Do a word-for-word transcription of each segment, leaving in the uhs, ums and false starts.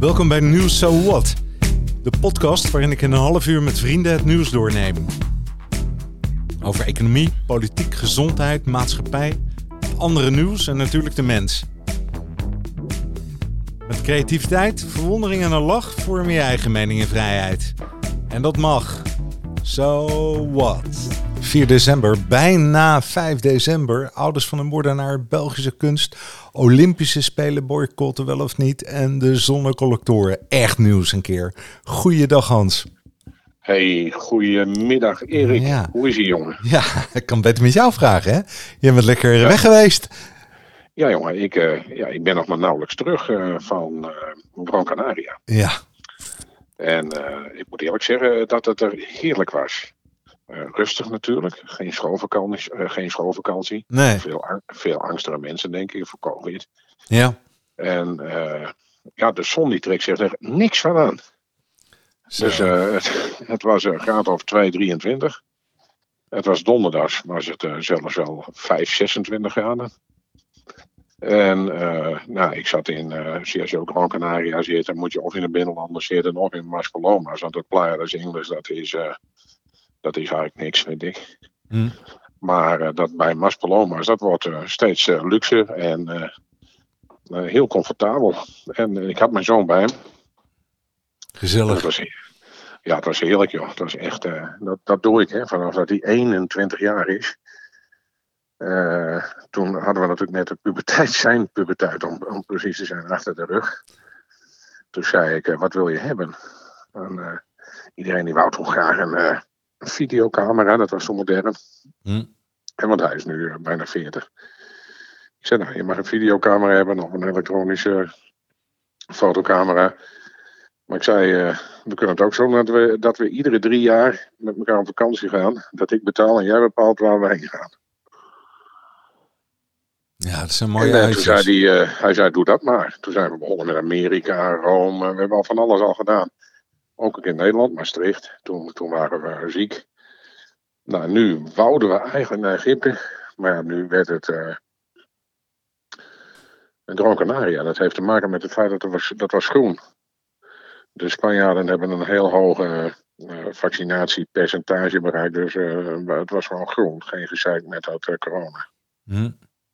Welkom bij Nieuws So What, de podcast waarin ik in een half uur met vrienden het nieuws doorneem. Over economie, politiek, gezondheid, maatschappij, andere nieuws en natuurlijk de mens. Met creativiteit, verwondering en een lach vorm je eigen mening en vrijheid. En dat mag. So what? vier december, bijna vijf december. Ouders van een moordenaar, Belgische kunst, Olympische Spelen boycotten wel of niet en de zonnecollectoren. Echt nieuws een keer. Goeiedag Hans. Hey, goedemiddag Erik. Ja. Hoe is ie, jongen? Ja, ik kan beter met jou vragen, hè? Je bent lekker ja. weg geweest. Ja, jongen, ik, uh, ja, ik ben nog maar nauwelijks terug uh, van uh, Gran Canaria. Ja. En uh, ik moet eerlijk zeggen dat het er heerlijk was. Uh, rustig natuurlijk, geen schoolvakantie. Uh, geen schoolvakantie. Nee. Veel, veel angstige mensen, denk ik, voor COVID. Ja. En uh, ja, de zon die trekt zich er niks van aan. Zo. Dus uh, het, het was een graad of twee komma drieëntwintig. Het was donderdags, was het uh, zelfs wel vijf komma zesentwintig graden. En uh, nou, ik zat in, uh, als je ook Gran Canaria zit, dan moet je of in de binnenlanden zitten of in Maspalomas. Want het Playa de Ingles, dat is, uh, dat is eigenlijk niks, vind ik. Hmm. Maar uh, dat bij Maspalomas, dat wordt uh, steeds uh, luxer en uh, uh, heel comfortabel. En uh, ik had mijn zoon bij hem. Gezellig. Dat was, ja, het was heerlijk, joh. Dat was echt, uh, dat, dat doe ik, hè, vanaf dat hij eenentwintig jaar is. Uh, toen hadden we natuurlijk net de puberteit, zijn puberteit, om, om precies te zijn, achter de rug. Toen zei ik, uh, wat wil je hebben? En, uh, iedereen die wou toen graag een, uh, een videocamera, dat was zo modern. Mm. En want hij is nu uh, bijna veertig. Ik zei, nou, je mag een videocamera hebben, of een elektronische fotocamera. Maar ik zei, uh, we kunnen het ook zo dat we, dat we iedere drie jaar met elkaar op vakantie gaan. Dat ik betaal en jij bepaalt waar we heen gaan. Ja, dat is een mooie en, uitjes. Toen zei hij, uh, hij zei, doe dat maar. Toen zijn we begonnen met Amerika, Rome. We hebben al van alles al gedaan. Ook in Nederland, Maastricht. Toen, toen waren we ziek. Nou, nu wouden we eigenlijk naar Egypte. Maar ja, nu werd het uh, Gran Canaria. Dat heeft te maken met het feit dat het was, dat was groen. De Spanjaarden hebben een heel hoge uh, vaccinatiepercentage bereikt. Dus uh, het was gewoon groen. Geen gezeik met dat uh, corona. Hm.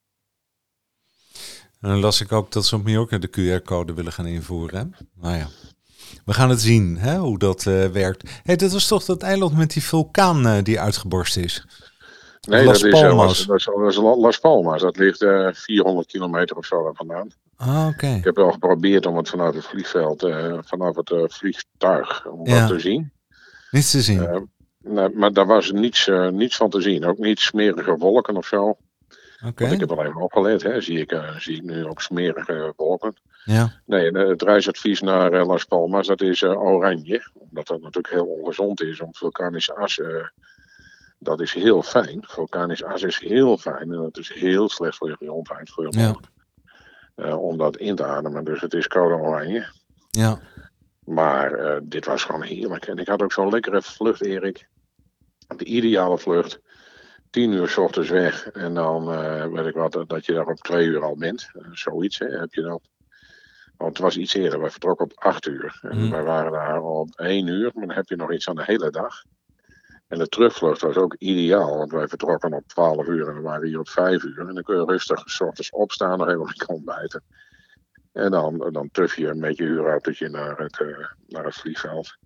En dan las ik ook dat ze op Mallorca de Q R-code willen gaan invoeren. Hè? Nou ja, we gaan het zien, hè, hoe dat uh, werkt. Hey, dat was toch dat eiland met die vulkaan uh, die uitgebarst is? Nee, Las dat is, Palmas. Uh, dat, is, dat is Las Palmas. Dat ligt uh, vierhonderd kilometer of zo vandaan. Ah, oké. Okay. Ik heb wel geprobeerd om het vanuit het vliegveld, uh, vanaf het uh, vliegtuig, om ja. dat te zien. Niets te zien. Uh, nou, maar daar was niets, uh, niets van te zien. Ook niet smerige wolken of zo. Okay. Want ik heb al even opgelet, hè. Zie, ik, uh, zie ik nu ook smerige wolken. Ja. Nee, uh, het reisadvies naar uh, Las Palmas, dat is uh, oranje. Omdat dat natuurlijk heel ongezond is om vulkanische as. Uh, dat is heel fijn. Vulkanisch as is heel fijn. En dat is heel slecht voor je gezondheid, voor je mond. Ja. Uh, om dat in te ademen. Dus het is code oranje. Ja. Maar uh, dit was gewoon heerlijk. En ik had ook zo'n lekkere vlucht, Erik. De ideale vlucht. Tien uur 's ochtends weg. En dan uh, weet ik wat, dat je daar op twee uur al bent. Uh, zoiets, hè, heb je dat. Want het was iets eerder. Wij vertrokken op acht uur. En mm. wij waren daar op één uur. Maar dan heb je nog iets aan de hele dag. En de terugvlucht was ook ideaal. Want wij vertrokken op twaalf uur. En we waren hier op vijf uur. En dan kun je rustig 's ochtends opstaan. Nog even lekker ontbijten. En dan, dan tuf je met je huurautootje naar het, uh, naar het vliegveld.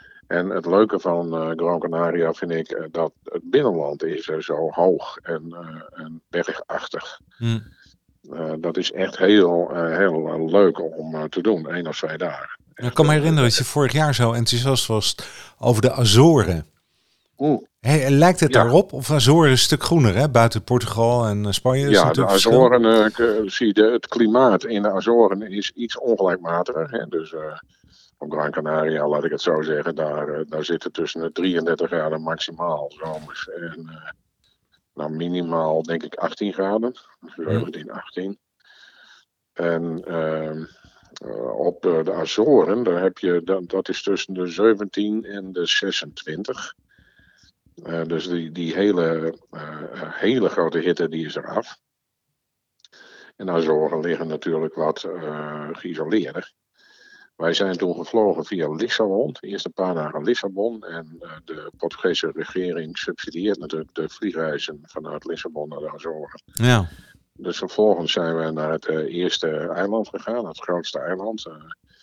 En het leuke van uh, Gran Canaria vind ik uh, dat het binnenland is uh, zo hoog en, uh, en bergachtig. Hmm. Uh, dat is echt heel, uh, heel uh, leuk om uh, te doen, één of twee dagen. Ik kan me herinneren dat je vorig jaar zo enthousiast was over de Azoren. Oeh. Hey, lijkt het ja. daarop? Of Azoren is een stuk groener, hè? Buiten Portugal en Spanje. Ja, de Azoren, uh, zie je, het klimaat in de Azoren is iets ongelijkmatiger. Hè? Dus uh, op Gran Canaria, laat ik het zo zeggen, daar, uh, daar zitten tussen de drieëndertig graden maximaal zomers. En uh, nou, minimaal denk ik achttien graden. zeventien, achttien. En uh, uh, op de, de Azoren, daar heb je, dat, dat is tussen de zeventien en de zesentwintig. Uh, dus die, die hele, uh, hele grote hitte die is eraf. En Azoren liggen natuurlijk wat uh, geïsoleerder. Wij zijn toen gevlogen via Lissabon. Eerst een paar dagen Lissabon. En uh, de Portugese regering subsidieert natuurlijk de vliegreizen vanuit Lissabon naar de Azoren. Ja. Dus vervolgens zijn we naar het uh, eerste eiland gegaan. Het grootste eiland uh,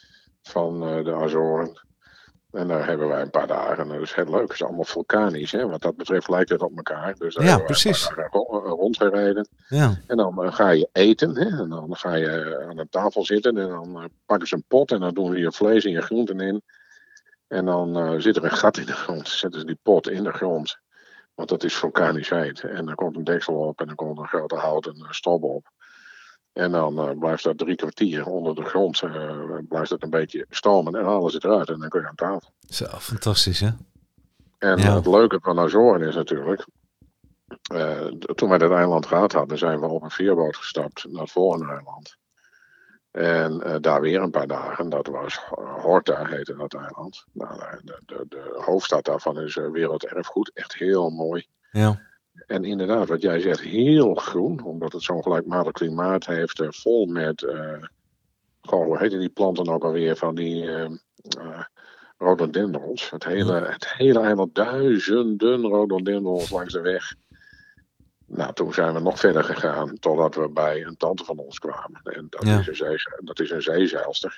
van uh, de Azoren. En daar hebben wij een paar dagen. Dat is heel leuk. Het is allemaal vulkanisch. Hè? Wat dat betreft lijkt het op elkaar. Dus daar Ja, hebben wij precies. een paar dagen rondgereden. Ja. En dan uh, ga je eten. Hè? En dan ga je uh, aan de tafel zitten. En dan uh, pakken ze een pot. En dan doen ze je vlees en je groenten in. En dan uh, zit er een gat in de grond. Zetten ze die pot in de grond. Want dat is vulkanisch heet. En dan komt een deksel op. En dan komt een grote houten stop op. En dan uh, blijft dat drie kwartier onder de grond. Uh, blijft het een beetje stomen. En halen ze het eruit. En dan kun je aan tafel. Zo, fantastisch hè? En ja. Het leuke van Azoren is natuurlijk. Uh, toen wij dat eiland gehad hadden, zijn we op een veerboot gestapt naar het volgende eiland. En uh, daar weer een paar dagen. Dat was Horta, heette dat eiland. Nou, de, de, de hoofdstad daarvan is uh, werelderfgoed. Echt heel mooi. Ja. En inderdaad, wat jij zegt, heel groen. Omdat het zo'n gelijkmatig klimaat heeft. Uh, vol met, uh, goh, hoe heette die planten ook alweer? Van die uh, uh, rhododendrons. Het hele, het hele eiland, duizenden rhododendrons langs de weg. Nou, toen zijn we nog verder gegaan, totdat we bij een tante van ons kwamen. En dat, ja. is, een zee, dat is een zeezeilster.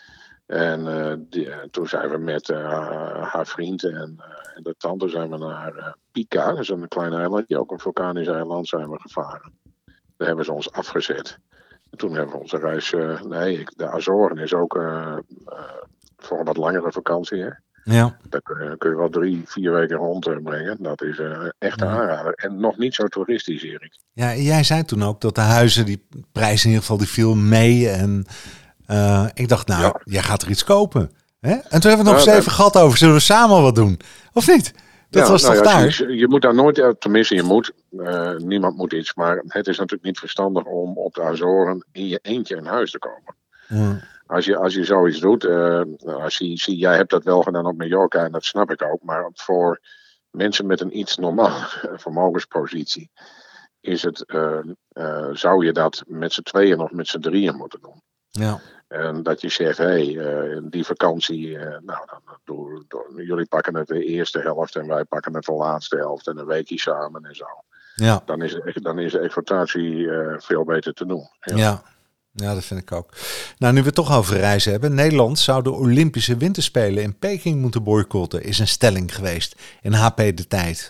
En uh, die, uh, toen zijn we met uh, haar vriend en, uh, en de tante zijn we naar uh, Pica, dat is een klein eilandje, ook een vulkanisch eiland, zijn we gevaren. Daar hebben ze ons afgezet. En toen hebben we onze reis, uh, nee, ik, de Azoren is ook uh, uh, voor een wat langere vakantie, hè. Ja. Daar kun je, kun je wel drie, vier weken rondbrengen. Dat is uh, echt een ja. aanrader. En nog niet zo toeristisch, Erik. Ja, jij zei toen ook dat de huizen, die prijs in ieder geval, die viel mee. En uh, ik dacht, nou, ja. jij gaat er iets kopen. Hè? En toen hebben we het nog ja, eens even ja. gehad over, zullen we samen wat doen? Of niet? Dat ja, was nou toch ja, daar? Je, je moet daar nooit, tenminste je moet, uh, niemand moet iets. Maar het is natuurlijk niet verstandig om op de Azoren in je eentje een huis te kopen. Ja. Als je, als je zoiets doet, uh, als je, zie, jij hebt dat wel gedaan op Mallorca en dat snap ik ook. Maar voor mensen met een iets normaal vermogenspositie is het, uh, uh, zou je dat met z'n tweeën of met z'n drieën moeten doen. Ja. En dat je zegt, hé, hey, uh, die vakantie, uh, nou, dan, door, door, jullie pakken het de eerste helft en wij pakken het de laatste helft en een weekje samen en zo. Ja. Dan is, dan is de exploitatie uh, veel beter te doen. Ja. ja. Ja, dat vind ik ook. Nou, nu we het toch over reizen hebben. Nederland zou de Olympische Winterspelen in Peking moeten boycotten. Is een stelling geweest in H P De Tijd.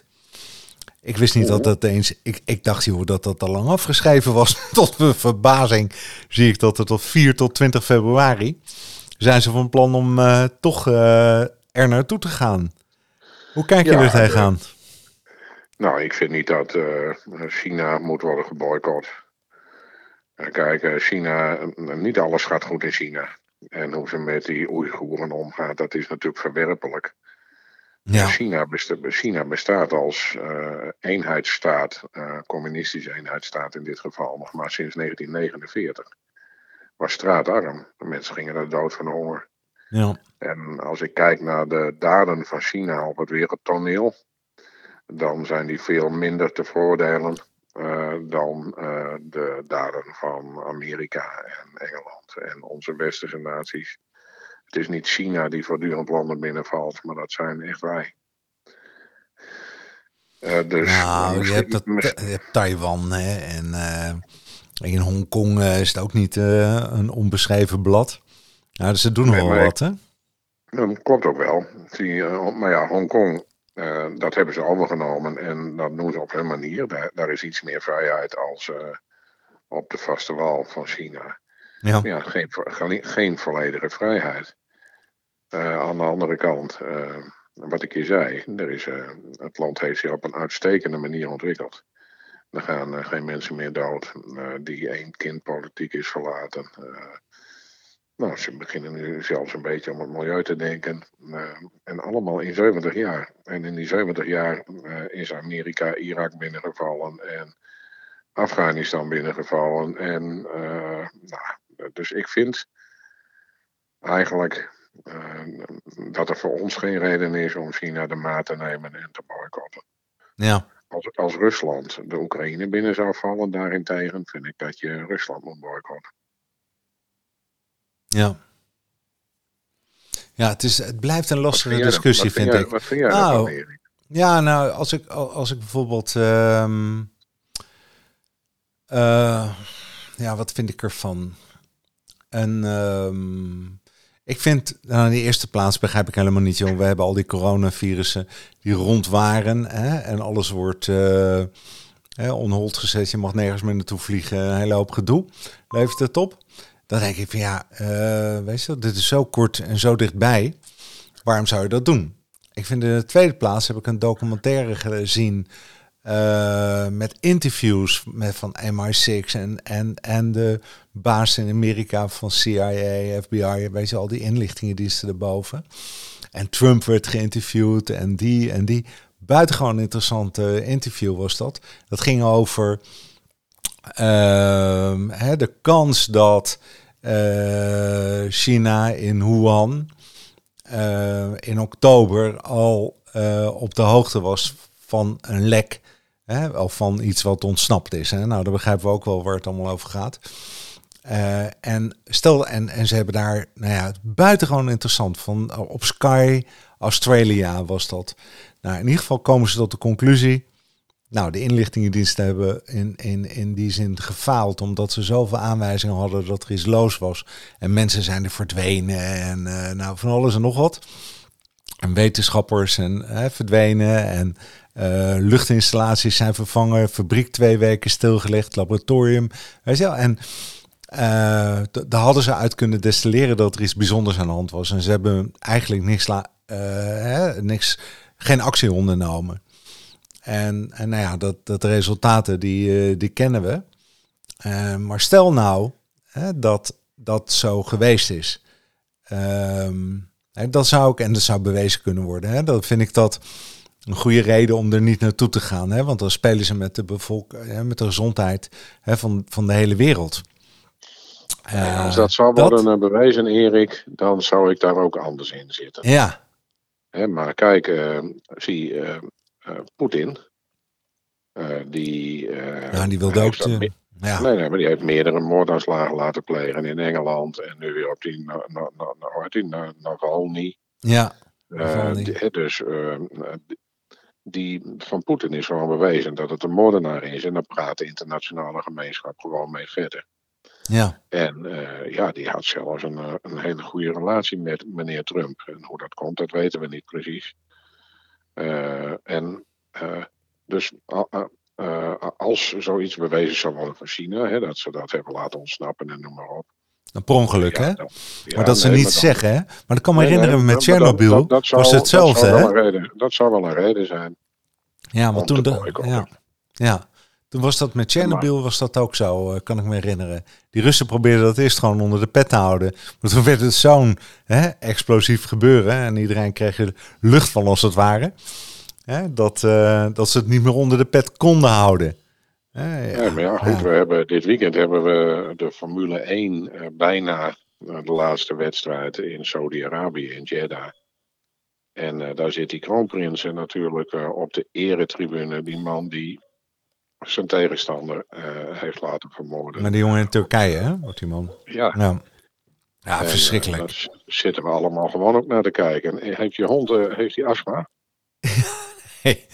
Ik wist niet oh. dat dat eens... Ik, ik dacht, joh, dat dat al lang afgeschreven was. Tot mijn verbazing zie ik dat het tot vier tot twintig februari... zijn ze van plan om uh, toch uh, er naartoe te gaan. Hoe kijk je ja, er tegenaan? Uh, nou, ik vind niet dat uh, China moet worden geboycott. Kijk, China, niet alles gaat goed in China. En hoe ze met die Oeigoeren omgaan, dat is natuurlijk verwerpelijk. Ja. China, bestaat, China bestaat als uh, eenheidsstaat, uh, communistische eenheidsstaat in dit geval, nog maar sinds negentien negenenveertig. Was straatarm. De mensen gingen er dood van honger. Ja. En als ik kijk naar de daden van China op het wereldtoneel, dan zijn die veel minder te veroordelen. Uh, dan uh, de daden van Amerika en Engeland en onze westerse naties. Het is niet China die voortdurend landen binnenvalt, maar dat zijn echt wij. Uh, dus, nou, uh, je, hebt dat, je hebt Taiwan hè, en uh, in Hongkong uh, is het ook niet uh, een onbeschreven blad. Nou, dus ze doen nee, nog wel wat, hè? Dat klopt ook wel. Die, uh, maar ja, Hongkong... Uh, dat hebben ze overgenomen en dat doen ze op hun manier. Daar, daar is iets meer vrijheid als uh, op de vaste wal van China. Ja. Ja, geen, geen volledige vrijheid. Uh, aan de andere kant, uh, wat ik je zei, er is, uh, het land heeft zich op een uitstekende manier ontwikkeld. Er gaan uh, geen mensen meer dood uh, die één kind politiek is verlaten. Uh, Nou, ze beginnen nu zelfs een beetje om het milieu te denken. Uh, en allemaal in zeventig jaar. En in die zeventig jaar uh, is Amerika Irak binnengevallen en Afghanistan binnengevallen. En uh, nou, dus ik vind eigenlijk uh, dat er voor ons geen reden is om China de maat te nemen en te boycotten. Ja. Als, als Rusland de Oekraïne binnen zou vallen, daarentegen vind ik dat je Rusland moet boycotten. Ja. Ja, het, is, het blijft een lastige Wat vind jij dan- discussie, wat vind vind jij- ik. Wat vind jij Nou, daarvan, Erik? Ja, nou, als ik, als ik bijvoorbeeld... ehm, eh, ja, wat vind ik ervan? En ehm, ik vind, nou, in de eerste plaats begrijp ik helemaal niet, joh. We hebben al die coronavirussen die rond waren. Hè, en alles wordt uh, hè, onhold gezet. Je mag nergens meer naartoe vliegen. Een hele hoop gedoe. Levert het op? Dan denk ik van ja, uh, weet je, dit is zo kort en zo dichtbij. Waarom zou je dat doen? Ik vind in de tweede plaats heb ik een documentaire gezien uh, met interviews met van M I zes en, en, en de baas in Amerika van C I A, F B I, weet je, al die inlichtingendiensten erboven. En Trump werd geïnterviewd en die en die. Buitengewoon interessante interview was dat. Dat ging over uh, hè, de kans dat uh, China in Wuhan Uh, in oktober al uh, op de hoogte was van een lek. Hè, of van iets wat ontsnapt is. Hè. Nou, dan begrijpen we ook wel waar het allemaal over gaat. Uh, en stel, en, en ze hebben daar, nou ja, buitengewoon interessant. Van, op Sky Australia was dat. Nou, in ieder geval komen ze tot de conclusie. Nou, de inlichtingendiensten hebben in, in, in die zin gefaald, omdat ze zoveel aanwijzingen hadden dat er iets los was. En mensen zijn er verdwenen en uh, nou, van alles en nog wat. En wetenschappers en uh, verdwenen en uh, luchtinstallaties zijn vervangen, fabriek twee weken stilgelegd, laboratorium. Weet je wel? En uh, d- daar hadden ze uit kunnen destilleren dat er iets bijzonders aan de hand was. En ze hebben eigenlijk niks, la- uh, hè, niks geen actie ondernomen. En, en nou ja, dat, dat de resultaten, die, uh, die kennen we. Uh, maar stel nou hè, dat dat zo geweest is. Um, hè, dat zou ook, en dat zou bewezen kunnen worden. Hè, dan vind ik dat een goede reden om er niet naartoe te gaan. Hè, want dan spelen ze met de bevolking, hè, met de gezondheid hè, van, van de hele wereld. Uh, ja, als dat zou dat, worden bewezen, Erik, dan zou ik daar ook anders in zitten. Ja. Hè, maar kijk, uh, zie... Uh, Uh, Poetin, uh, die... Uh, ja, die wilde ook... Me- ja. Nee, nee, maar die heeft meerdere moordaanslagen laten plegen in Engeland. En nu weer op die na, na, na, die na, Navalny. Ja, uh, die, Dus uh, die van Poetin is gewoon bewezen dat het een moordenaar is. En daar praat de internationale gemeenschap gewoon mee verder. Ja. En uh, ja, die had zelfs een, een hele goede relatie met meneer Trump. En hoe dat komt, dat weten we niet precies. Uh, en uh, dus uh, uh, als zoiets bewezen zou worden van China, hè, dat ze dat hebben laten ontsnappen en noem maar op. Een per ongeluk, ja, hè? Dan, ja, maar dat ze nee, niet maar dan, zeggen, hè? Maar dat kan me nee, herinneren nee, met Tsjernobyl, dat, dat, dat zou, was hetzelfde, dat zou hè? Wel een reden, dat zou wel een reden zijn. Ja, want toen... De, ja, ja, toen was dat met Tsjernobyl, was dat ook zo, kan ik me herinneren. Die Russen probeerden dat eerst gewoon onder de pet te houden. Maar toen werd het zo'n hè, explosief gebeuren. En iedereen kreeg er lucht van, als het ware. Hè, dat, uh, dat ze het niet meer onder de pet konden houden. Eh, ja. Ja, maar ja, goed, ja. We hebben, dit weekend hebben we de Formule één uh, bijna uh, de laatste wedstrijd in Saudi-Arabië, in Jeddah. En uh, daar zit die kroonprins natuurlijk uh, op de eretribune, die man die zijn tegenstander uh, heeft laten vermoorden. Maar die jongen in Turkije, hè? Wat die man. Ja. Ja, ja en, verschrikkelijk. Uh, daar zitten we allemaal gewoon ook naar te kijken. En heeft je hond, uh, heeft die astma? Nee.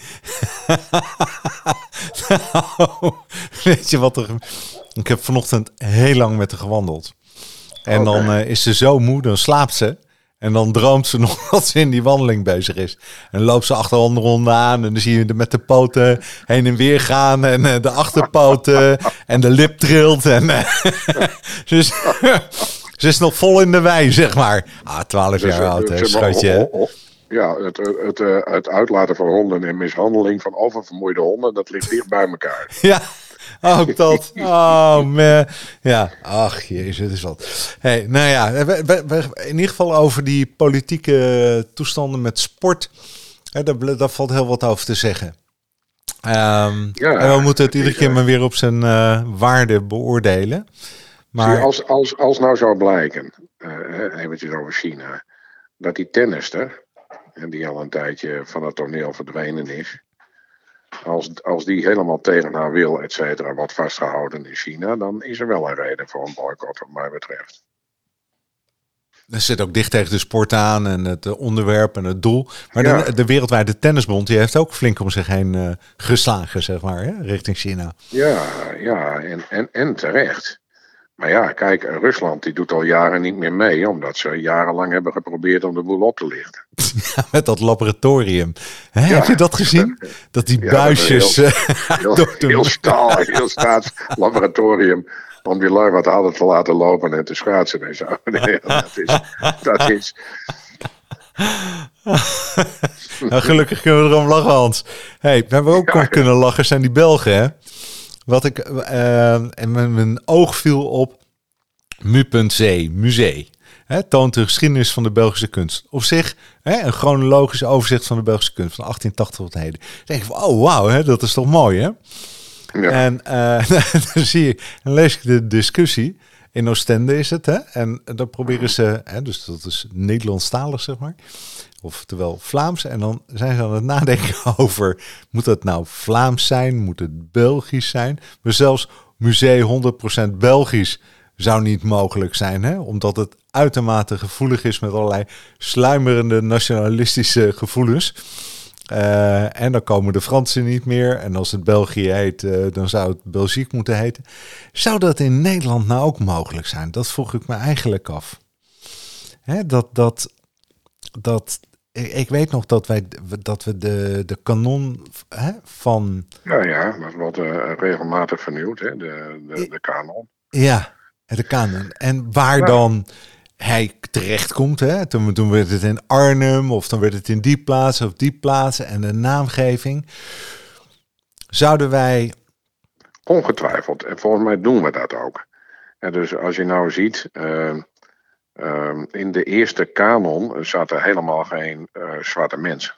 Nou, weet je wat er... Ik heb vanochtend heel lang met haar gewandeld. En okay. dan uh, is ze zo moe, dan slaapt ze. En dan droomt ze nog dat ze in die wandeling bezig is. En dan loopt ze achter andere honden aan. En dan zie je er met de poten heen en weer gaan. En uh, de achterpoten. En de lip trilt. En, uh, dus ze is nog vol in de wei, zeg maar. Ah, twaalf jaar dus, oud, hè, schatje. Oh, oh, oh. Ja, het, het, het, het uitlaten van honden en mishandeling van oververmoeide honden, dat ligt dicht bij elkaar. Ja, ook dat. Oh man. Ja, ach jezus, het is wat. Hey, nou ja, we, we, we, in ieder geval over die politieke toestanden met sport. Hè, daar, daar valt heel wat over te zeggen. Um, ja, en we moeten het iedere keer maar weer op zijn uh, waarde beoordelen. Maar zie, als, als, als nou zou blijken, uh, eventjes over China, dat die tennister, en die al een tijdje van het toneel verdwenen is. Als, als die helemaal tegen haar wil, et cetera, wordt vastgehouden in China, dan is er wel een reden voor een boycott, wat mij betreft. Dat zit ook dicht tegen de sport aan en het onderwerp en het doel. Maar Ja. de, de wereldwijde tennisbond die heeft ook flink om zich heen uh, geslagen, zeg maar, hè, richting China. Ja, ja en, en, en terecht. Maar ja, kijk, Rusland die doet al jaren niet meer mee, omdat ze jarenlang hebben geprobeerd om de boel op te lichten. Ja, met dat laboratorium. Hè, ja. Heb je dat gezien? Dat die ja, buisjes... Dat heel, heel, heel staal, heel staatslaboratorium om die lui wat harder te laten lopen en te schaatsen en zo. Nee, dat is... Dat is... Nou, gelukkig kunnen we erom lachen, Hans. Hey, we hebben ook ja, kunnen lachen, zijn die Belgen, hè? Wat ik... Uh, en mijn, mijn oog viel op mu punt c, Musee. Hè, toont de geschiedenis van de Belgische kunst. Op zich hè, een chronologisch overzicht van de Belgische kunst van achttien tachtig tot heden. Dan denk ik van, oh wauw, hè, dat is toch mooi, hè? Ja. En uh, dan zie je, dan lees ik de discussie. In Oostende is het, hè? En dan proberen ze, hè, dus dat is Nederlandstalig, zeg maar. Oftewel Vlaams. En dan zijn ze aan het nadenken over, moet het nou Vlaams zijn? Moet het Belgisch zijn? Maar zelfs Musee honderd procent Belgisch zou niet mogelijk zijn, hè? Omdat het uitermate gevoelig is met allerlei sluimerende nationalistische gevoelens. Uh, en dan komen de Fransen niet meer. En als het België heet, uh, dan zou het Belgique moeten heten. Zou dat in Nederland nou ook mogelijk zijn? Dat vroeg ik me eigenlijk af. Hè, dat, dat, dat, ik, ik weet nog dat wij dat we de, de kanon hè, van... Ja, ja, dat wordt uh, regelmatig vernieuwd, hè, de, de, de kanon. Ja, de kanon. En waar ja. dan... hij terechtkomt. Hè? Toen, toen werd het in Arnhem of dan werd het in die plaats of die plaatsen en de naamgeving. Zouden wij... Ongetwijfeld. En volgens mij doen we dat ook. En dus als je nou ziet, uh, uh, in de eerste kanon zaten helemaal geen uh, zwarte mensen.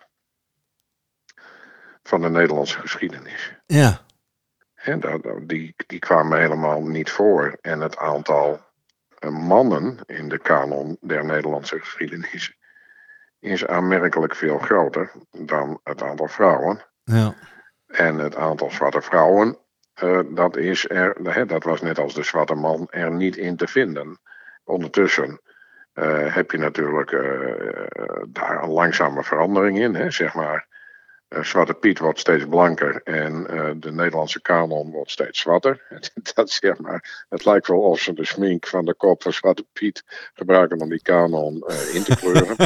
Van de Nederlandse geschiedenis. Ja. En dat, die, die kwamen helemaal niet voor. En het aantal... mannen in de kanon der Nederlandse geschiedenis is aanmerkelijk veel groter dan het aantal vrouwen. Ja. En het aantal zwarte vrouwen, uh, dat, is er, hè, dat was net als de zwarte man er niet in te vinden. Ondertussen uh, heb je natuurlijk uh, daar een langzame verandering in, hè, zeg maar. Uh, Zwarte Piet wordt steeds blanker en uh, de Nederlandse kanon wordt steeds zwarter. Dat zeg maar, het lijkt wel of ze de smink van de kop van Zwarte Piet gebruiken om die kanon uh, in te kleuren.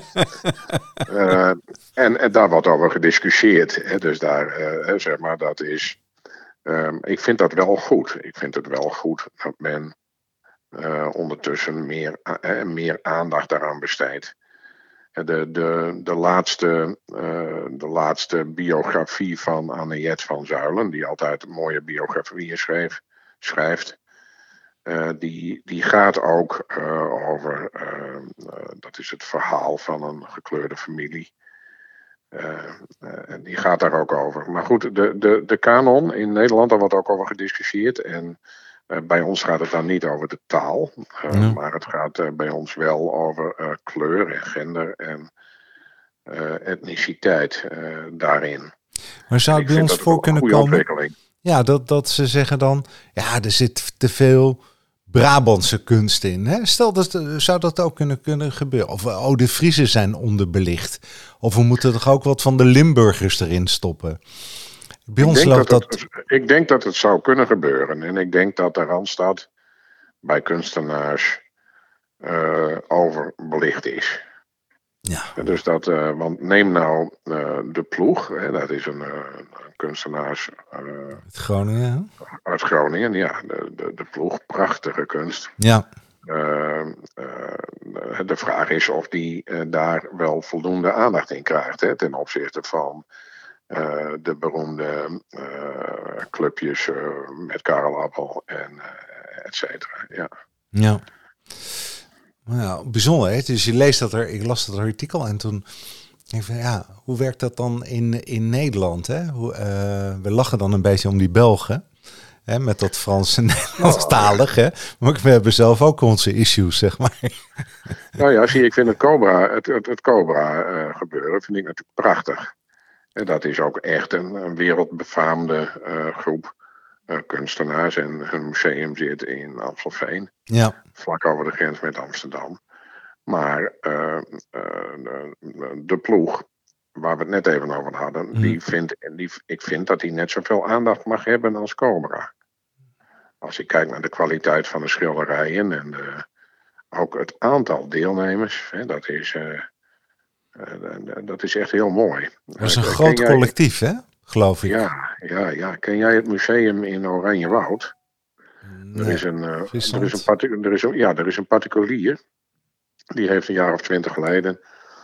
uh, en, en daar wordt over gediscussieerd. Hè, dus daar, uh, zeg maar, dat is... Um, ik vind dat wel goed. Ik vind het wel goed dat men uh, ondertussen meer, uh, meer aandacht daaraan besteedt. De, de, de, laatste, uh, de laatste biografie van Anne-Jet van Zuilen, die altijd mooie biografieën schreef, schrijft, uh, die, die gaat ook uh, over, uh, uh, dat is het verhaal van een gekleurde familie. Uh, uh, en die gaat daar ook over. Maar goed, de, de, de kanon in Nederland, daar wordt ook over gediscussieerd. En Uh, bij ons gaat het dan niet over de taal, uh, ja. maar het gaat uh, bij ons wel over uh, kleur en gender en uh, etniciteit uh, daarin. Maar zou het bij ons voor kunnen komen? Ja, dat, dat ze zeggen dan, ja, er zit te veel Brabantse kunst in. Hè? Stel, dat, zou dat ook kunnen, kunnen gebeuren? Of oh, de Friezen zijn onderbelicht. Of we moeten toch ook wat van de Limburgers erin stoppen? Bij ons ik, denk dat dat... Het, ik denk dat het zou kunnen gebeuren. En ik denk dat de Randstad bij kunstenaars uh, overbelicht is. Ja. Dus dat, uh, want neem nou uh, De Ploeg. Hè, dat is een, uh, een kunstenaars uh, uit Groningen. Uit Groningen, ja. De, de, de Ploeg, prachtige kunst. Ja. Uh, uh, de vraag is of die uh, daar wel voldoende aandacht in krijgt. Hè, ten opzichte van... Uh, de beroemde uh, clubjes uh, met Karel Appel en uh, et cetera. Ja. Ja. Nou ja, bijzonder. Hè? Dus je leest dat er, ik las dat artikel en toen denk ik van ja, hoe werkt dat dan in, in Nederland? Hè? Hoe, uh, we lachen dan een beetje om die Belgen. Hè, met dat Frans en Nederlandstalig. Hè? Maar we hebben zelf ook onze issues, zeg maar. Nou ja, zie, ik vind het Cobra, het, het, het Cobra uh, gebeuren, vind ik natuurlijk prachtig. En dat is ook echt een, een wereldbefaamde uh, groep uh, kunstenaars. En hun museum zit in Amstelveen. Ja. Vlak over de grens met Amsterdam. Maar uh, uh, de, de ploeg, waar we het net even over hadden, Mm. die vindt, die, ik vind dat hij net zoveel aandacht mag hebben als Cobra. Als ik kijk naar de kwaliteit van de schilderijen en de, ook het aantal deelnemers, hè, dat, is, uh, uh, dat is echt heel mooi. Dat is een uh, groot jij, collectief, hè? Geloof ik. Ja, ja, ja, ken jij het museum in Oranjewoud? Nee, er is een, uh, er is een, partic- er is een, ja, er is een particulier. Die heeft een jaar of twintig geleden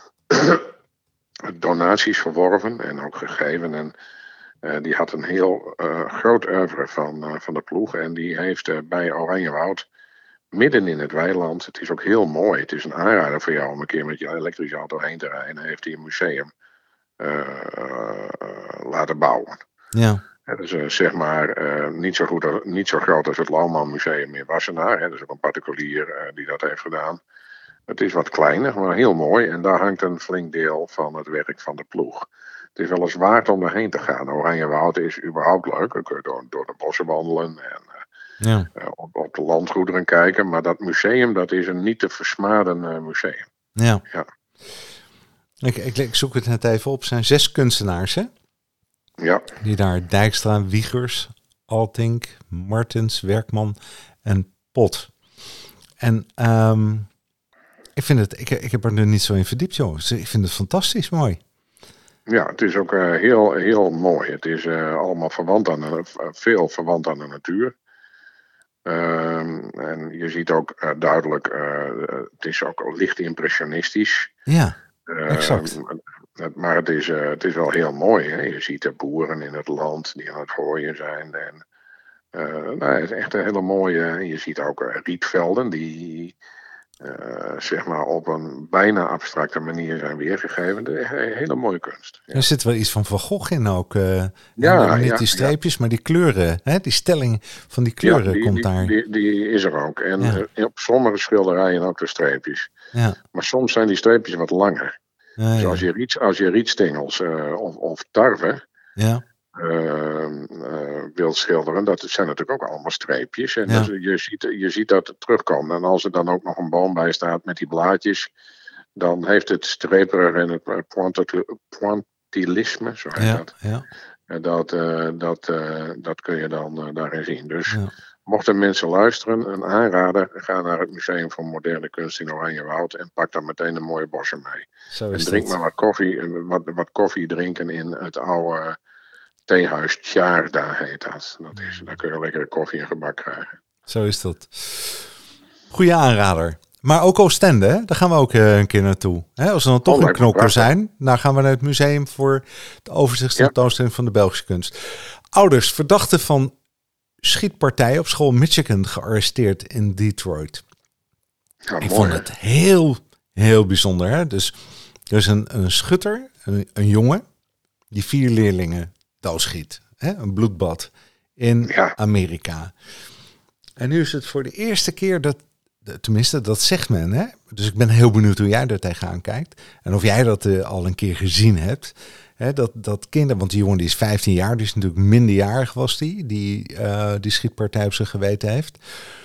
donaties verworven en ook gegeven. En uh, die had een heel uh, groot oeuvre van, uh, van de ploeg. En die heeft uh, bij Oranjewoud, midden in het weiland, het is ook heel mooi. Het is een aanrader voor jou om een keer met je elektrische auto heen te rijden. Heeft hij een museum uh, uh, laten bouwen. Ja. Het is uh, zeg maar uh, niet, zo goed, niet zo groot als het Lauwman Museum in Wassenaar. Hè. Dat is ook een particulier uh, die dat heeft gedaan. Het is wat kleiner, maar heel mooi. En daar hangt een flink deel van het werk van de ploeg. Het is wel eens waard om erheen te gaan. Oranjewoud is überhaupt leuk. Dan kun je door, door de bossen wandelen en uh, ja. uh, op, op de landgoederen kijken. Maar dat museum, dat is een niet te versmaden uh, museum. Ja. ja. Ik, ik, ik zoek het net even op. Het zijn zes kunstenaars, hè? Ja. Die daar Dijkstra, Wiegers, Altink, Martens, Werkman en Pot. En um, ik vind het, ik, ik heb er nu niet zo in verdiept, joh. Ik vind het fantastisch mooi. Ja, het is ook uh, heel, heel mooi. Het is uh, allemaal verwant aan de, uh, veel verwant aan de natuur. Uh, en je ziet ook uh, duidelijk, uh, het is ook licht impressionistisch. Ja, exact. Uh, maar het is, uh, het is wel heel mooi. Hè? Je ziet de boeren in het land die aan het gooien zijn. En, uh, nou, het is echt een hele mooie. Je ziet ook uh, rietvelden die uh, zeg maar op een bijna abstracte manier zijn weergegeven. De, hele mooie kunst. Ja. Er zit wel iets van Van Gogh in ook. Uh, ja, niet ja, die streepjes, ja. Maar die kleuren. Hè? Die stelling van die kleuren ja, die, komt die, daar. Die, die is er ook. En ja. uh, op sommige schilderijen ook de streepjes. Ja. Maar soms zijn die streepjes wat langer. Ja, dus ja. als je, riet, als je rietstengels uh, of, of tarwe ja. uh, uh, wilt schilderen, dat zijn natuurlijk ook allemaal streepjes. En ja. dat, je, ziet, je ziet dat het terugkomt. En als er dan ook nog een boom bij staat met die blaadjes, dan heeft het streperig en het pointillisme, zo heet ja. dat. Ja. En dat, uh, dat, uh, dat kun je dan uh, daarin zien. Dus ja. mochten mensen luisteren, een aanrader, ga naar het Museum voor Moderne Kunst in Oranjewoud en pak dan meteen een mooie bossen mee. Zo is en drink het. maar wat koffie, wat, wat koffie drinken in het oude theehuis Tjaar, daar heet dat. dat is, daar kun je lekkere koffie en gebak krijgen. Zo is dat. Goeie aanrader. Maar ook Oostende, hè? Daar gaan we ook uh, een keer naartoe. Hè? Als we dan toch oh, een knokker zijn, dan gaan we naar het museum voor de overzichtstentoonstelling ja. van de Belgische kunst. Ouders verdachten van schietpartij op school Michigan gearresteerd in Detroit. Ja, Ik mooi, vond het heel, heel bijzonder. Hè? Dus er is een, een schutter, een, een jongen, die vier leerlingen doodschiet. Hè? Een bloedbad in ja. Amerika. En nu is het voor de eerste keer dat, tenminste dat zegt men, hè? Dus ik ben heel benieuwd hoe jij er tegenaan kijkt. En of jij dat uh, al een keer gezien hebt. Hè? Dat, dat kinderen, want die jongen die is vijftien jaar, die is natuurlijk minderjarig was die, die, uh, die schietpartij op zijn geweten heeft.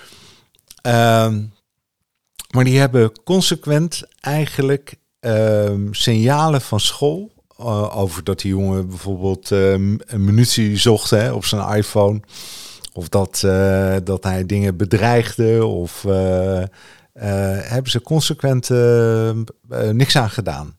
Um, maar die hebben consequent eigenlijk um, signalen van school uh, over dat die jongen bijvoorbeeld um, een munitie zocht, hè, op zijn iPhone. Of dat, uh, dat hij dingen bedreigde. Of uh, uh, hebben ze consequent uh, uh, niks aan gedaan.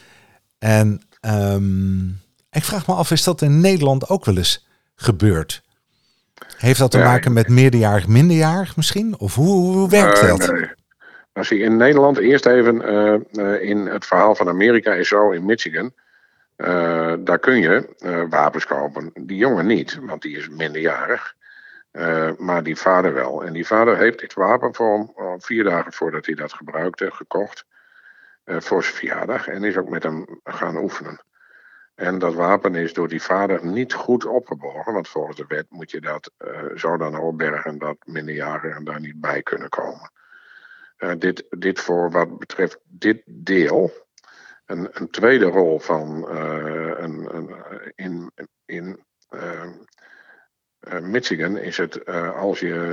En um, ik vraag me af, is dat in Nederland ook wel eens gebeurd? Heeft dat te ja, maken met meerderjarig, minderjarig misschien? Of hoe, hoe werkt uh, dat? Nee. Als je in Nederland eerst even uh, uh, in het verhaal van Amerika is zo in Michigan. Uh, daar kun je uh, wapens kopen. Die jongen niet, want die is minderjarig. Uh, maar die vader wel. En die vader heeft dit wapen voor hem uh, vier dagen voordat hij dat gebruikte gekocht. Uh, voor zijn verjaardag. En is ook met hem gaan oefenen. En dat wapen is door die vader niet goed opgeborgen. Want volgens de wet moet je dat uh, zo dan opbergen dat minderjarigen daar niet bij kunnen komen. Uh, dit, dit voor wat betreft dit deel. Een, een tweede rol van uh, een, een, in, in uh, uh, Michigan is het uh, als je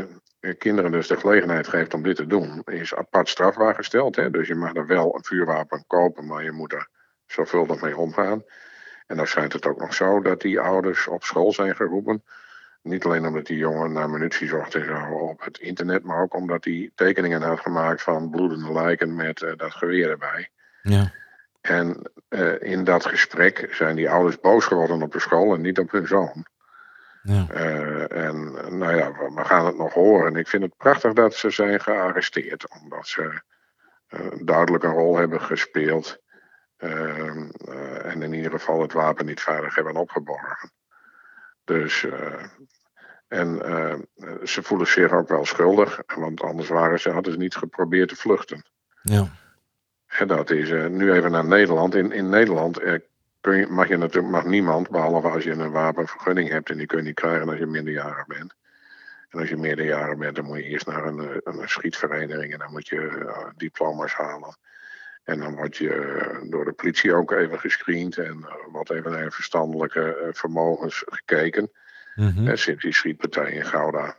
kinderen dus de gelegenheid geeft om dit te doen, is apart strafbaar gesteld. Hè? Dus je mag er wel een vuurwapen kopen, maar je moet er zorgvuldig mee omgaan. En dan schijnt het ook nog zo dat die ouders op school zijn geroepen. Niet alleen omdat die jongen naar munitie zocht en zo op het internet, maar ook omdat hij tekeningen had gemaakt van bloedende lijken met uh, dat geweer erbij. Ja. En uh, in dat gesprek zijn die ouders boos geworden op de school en niet op hun zoon. Ja. Uh, en nou ja, we, we gaan het nog horen. En ik vind het prachtig dat ze zijn gearresteerd, omdat ze uh, duidelijk een rol hebben gespeeld. Uh, uh, en in ieder geval het wapen niet veilig hebben opgeborgen. Dus, uh, en uh, ze voelen zich ook wel schuldig, want anders waren ze, hadden ze niet geprobeerd te vluchten. Ja. En dat is uh, nu even naar Nederland. In, in Nederland uh, kun je, mag je natuurlijk mag niemand, behalve als je een wapenvergunning hebt, en die kun je niet krijgen als je minderjarig bent. En als je meerderjarig bent, dan moet je eerst naar een, een, een schietvereniging en dan moet je uh, diploma's halen. En dan word je uh, door de politie ook even gescreend en uh, wordt even naar verstandelijke uh, vermogens gekeken. Mm-hmm. En sinds die schietpartij in Gouda,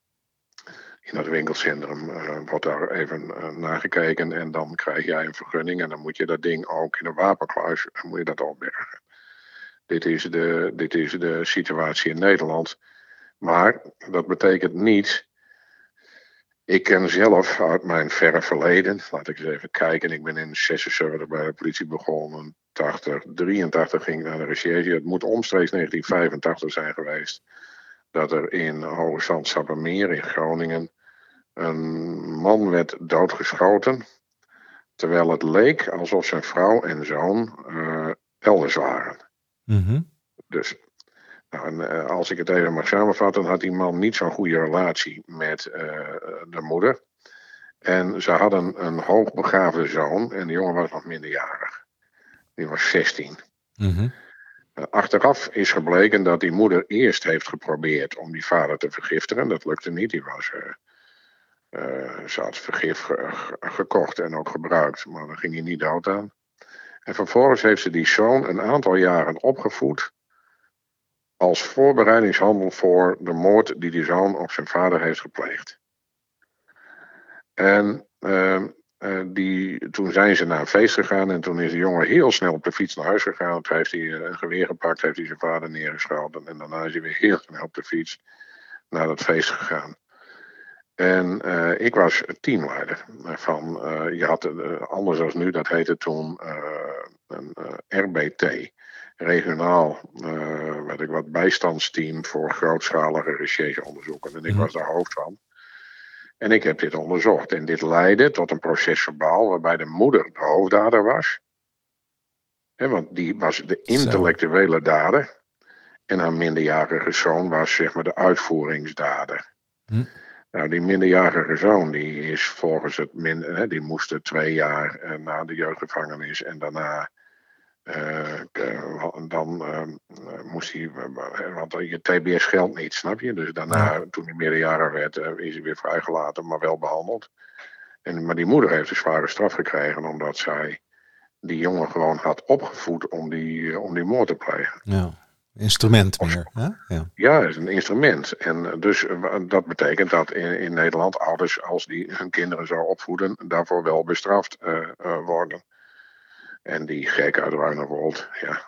in dat winkelcentrum, uh, wordt daar even uh, naar gekeken. En dan krijg jij een vergunning en dan moet je dat ding ook in een wapenkluis, dan moet je dat opbergen. Dit is de, dit is de situatie in Nederland. Maar dat betekent niet. Ik ken zelf uit mijn verre verleden, laat ik eens even kijken. Ik ben in zesenzeventig bij de politie begonnen. tachtig, drieëntachtig ging ik naar de recherche. Het moet omstreeks negentien vijfentachtig zijn geweest. Dat er in Hoge Zand-Sappemeer in Groningen een man werd doodgeschoten. Terwijl het leek alsof zijn vrouw en zoon uh, elders waren. Mm-hmm. Dus nou, en, uh, als ik het even mag samenvatten, had die man niet zo'n goede relatie met uh, de moeder. En ze hadden een hoogbegaafde zoon en de jongen was nog minderjarig. Die was zestien. Mm-hmm. Uh, achteraf is gebleken dat die moeder eerst heeft geprobeerd om die vader te vergiftigen. Dat lukte niet, die was, uh, uh, ze had vergif ge- ge- gekocht en ook gebruikt, maar daar ging hij niet dood aan. En vervolgens heeft ze die zoon een aantal jaren opgevoed als voorbereidingshandel voor de moord die die zoon op zijn vader heeft gepleegd. En uh, uh, die, toen zijn ze naar een feest gegaan en toen is de jongen heel snel op de fiets naar huis gegaan. Toen heeft hij een geweer gepakt, heeft hij zijn vader neergeschoten en daarna is hij weer heel snel op de fiets naar dat feest gegaan. En uh, ik was teamleider van, uh, je had uh, anders dan nu, dat heette toen uh, een uh, R B T. Regionaal uh, werd ik wat bijstandsteam voor grootschalige rechercheonderzoeken. En ik was daar hoofd van. En ik heb dit onderzocht. En dit leidde tot een procesverbaal waarbij de moeder de hoofddader was. He, want die was de intellectuele dader. En haar minderjarige zoon was zeg maar de uitvoeringsdader. Hm. Nou, die minderjarige zoon die is volgens het min, hè, die moest twee jaar uh, na de jeugdgevangenis en daarna uh, uh, dan uh, moest hij, uh, want je T B S geldt niet, snap je? Dus daarna, ja. Toen hij meerderjarig werd, uh, is hij weer vrijgelaten, maar wel behandeld. En, maar die moeder heeft een zware straf gekregen omdat zij die jongen gewoon had opgevoed om die, uh, om die moord te plegen. Ja. Instrument meer. Hè? Ja, ja, het is een instrument. En dus dat betekent dat in, in Nederland ouders, als die hun kinderen zo opvoeden, daarvoor wel bestraft uh, uh, worden. En die gek uit Ruinerwold, ja.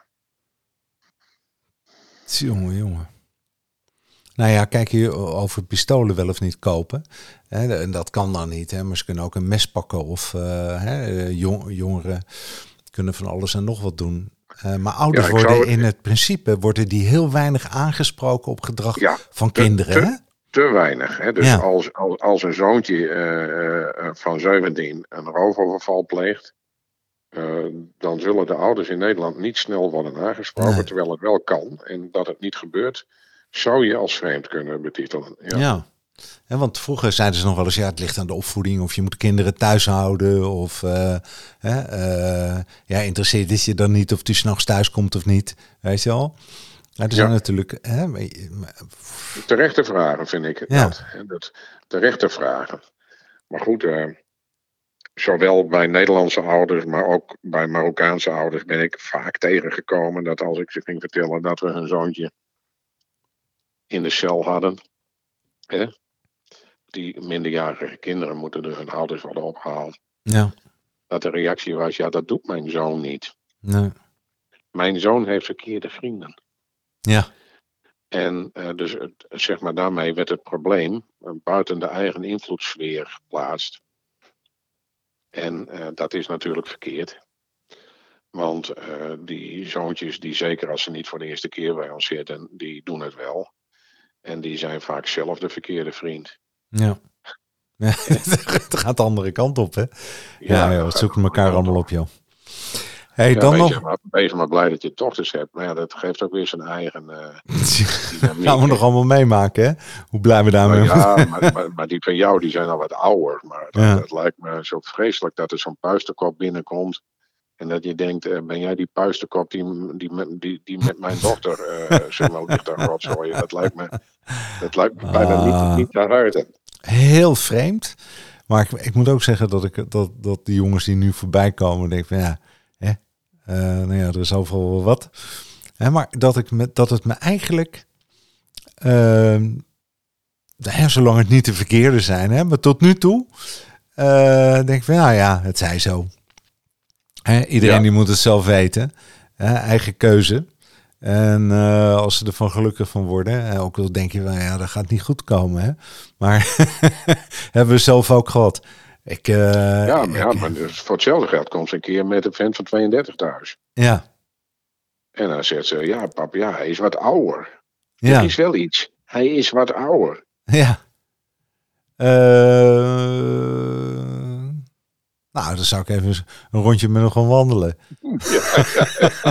Jongen, jongen. Nou ja, kijk hier over pistolen wel of niet kopen. En dat kan dan niet, hè? Maar ze kunnen ook een mes pakken of uh, hè, jong, jongeren kunnen van alles en nog wat doen. Uh, maar ouders ja, worden het... in het principe worden die heel weinig aangesproken op gedrag ja, van te, kinderen. Te, hè? te weinig. Hè? Dus ja. als, als, als een zoontje uh, uh, van zeventien een roofoverval pleegt, uh, dan zullen de ouders in Nederland niet snel worden aangesproken, nee. Terwijl het wel kan. En dat het niet gebeurt, zou je als vreemd kunnen betitelen. Ja. ja. En want vroeger zeiden ze nog wel eens, ja, het ligt aan de opvoeding of je moet kinderen thuis houden of uh, uh, uh, ja, interesseert het je dan niet of die 's nachts thuis komt of niet, weet je wel? Maar er zijn ja. natuurlijk... Hè, maar... Terechte vragen vind ik ja. dat, hè, dat. Terechte vragen. Maar goed, uh, zowel bij Nederlandse ouders, maar ook bij Marokkaanse ouders ben ik vaak tegengekomen dat als ik ze ging vertellen dat we hun zoontje in de cel hadden, hè, die minderjarige kinderen moeten door hun ouders worden opgehaald. Ja. Dat de reactie was, ja, dat doet mijn zoon niet. Nee. Mijn zoon heeft verkeerde vrienden. Ja. En uh, dus uh, zeg maar daarmee werd het probleem uh, buiten de eigen invloedssfeer geplaatst. En uh, dat is natuurlijk verkeerd. Want uh, die zoontjes, die zeker als ze niet voor de eerste keer bij ons zitten, die doen het wel. En die zijn vaak zelf de verkeerde vriend. Ja. Ja, het gaat de andere kant op, hè? Ja, ja, ja we zoeken elkaar allemaal op, joh. Hey, ja, dan nog... Je, maar wees maar blij dat je dochters hebt. Maar ja, dat geeft ook weer zijn eigen... Uh, gaan we nog allemaal meemaken, hè? Hoe blij we daarmee zijn. Ja, maar, maar, maar die van jou, die zijn al wat ouder. Maar het, ja. het lijkt me zo vreselijk dat er zo'n puisterkop binnenkomt. En dat je denkt, uh, ben jij die puisterkop die, die, die, die met mijn dochter uh, zeg maar ligt daar rotzooien. Dat lijkt me, dat lijkt me bijna ah, niet, niet te hard. Heel vreemd. Maar ik, ik moet ook zeggen dat, ik, dat, dat die jongens die nu voorbij komen, denk ik van ja, hè, uh, nou ja, er is overal wel wat. Hè, maar dat, ik me, dat het me eigenlijk, uh, hè, zolang het niet de verkeerde zijn, hè, maar tot nu toe, uh, denk ik van ja, ja, het zij zo. Hè, iedereen ja. die moet het zelf weten. Hè, eigen keuze. En uh, als ze ervan gelukkig van worden, ook al denk je wel, ja, dat gaat niet goed komen, hè. Maar hebben we zelf ook gehad. Ik, uh, ja, maar, ik, ja, maar voor hetzelfde geld komt ze een keer met een vent van tweeëndertig thuis. Ja. En dan zegt ze, ja, pap, ja, hij is wat ouder. Ja. Dat is wel iets. Hij is wat ouder. Ja. Uh... Nou, dan zou ik even een rondje met hem gaan wandelen. Ja, ja,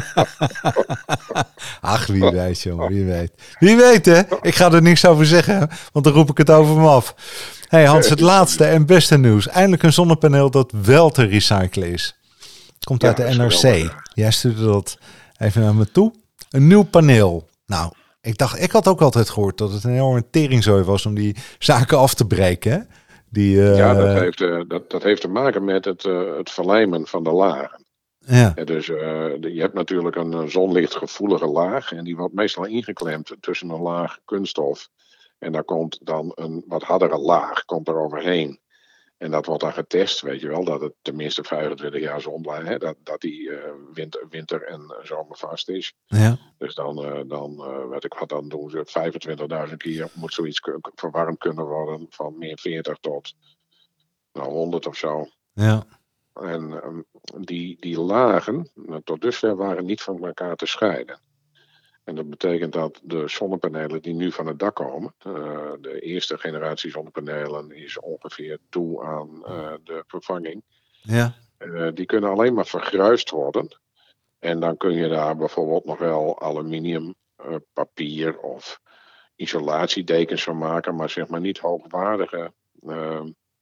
ja. Ach, wie weet, jongen, wie weet. Wie weet, hè? Ik ga er niks over zeggen, want dan roep ik het over me af. Hey Hans, het laatste en beste nieuws. Eindelijk een zonnepaneel dat wel te recyclen is. Het komt ja, uit de N R C. Jij stuurde dat even naar me toe. Een nieuw paneel. Nou, ik dacht, ik had ook altijd gehoord dat het een enorme teringzooi was om die zaken af te breken, hè? Die, uh... Ja, dat heeft, uh, dat, dat heeft te maken met het, uh, het verlijmen van de lagen. Ja. Ja, dus uh, de, je hebt natuurlijk een zonlichtgevoelige laag en die wordt meestal ingeklemd tussen een laag kunststof. En daar komt dan een wat hardere laag komt er overheen. En dat wordt dan getest, weet je wel, dat het tenminste vijfentwintig jaar zon blijft, hè, dat, dat die uh, winter, winter en zomer vast is. Ja. Dus dan, uh, dan uh, weet ik wat, dan doen ze vijfentwintigduizend keer, moet zoiets k- verwarmd kunnen worden van meer veertig tot nou, honderd of zo. Ja. En um, die, die lagen, uh, tot dusver waren niet van elkaar te scheiden. En dat betekent dat de zonnepanelen die nu van het dak komen, uh, de eerste generatie zonnepanelen is ongeveer toe aan uh, de vervanging. Ja. Uh, die kunnen alleen maar vergruist worden. En dan kun je daar bijvoorbeeld nog wel aluminium, uh, papier of isolatiedekens van maken, maar zeg maar niet hoogwaardige. Uh,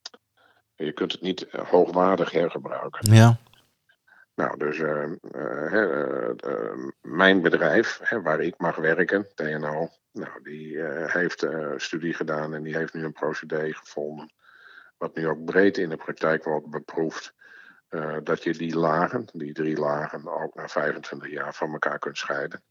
je kunt het niet hoogwaardig hergebruiken. Ja. Nou, dus uh, uh, uh, uh, mijn bedrijf, hè, waar ik mag werken, T N O, nou, die uh, heeft uh, studie gedaan en die heeft nu een procedé gevonden, wat nu ook breed in de praktijk wordt beproefd, uh, dat je die lagen, die drie lagen, ook na vijfentwintig jaar van elkaar kunt scheiden.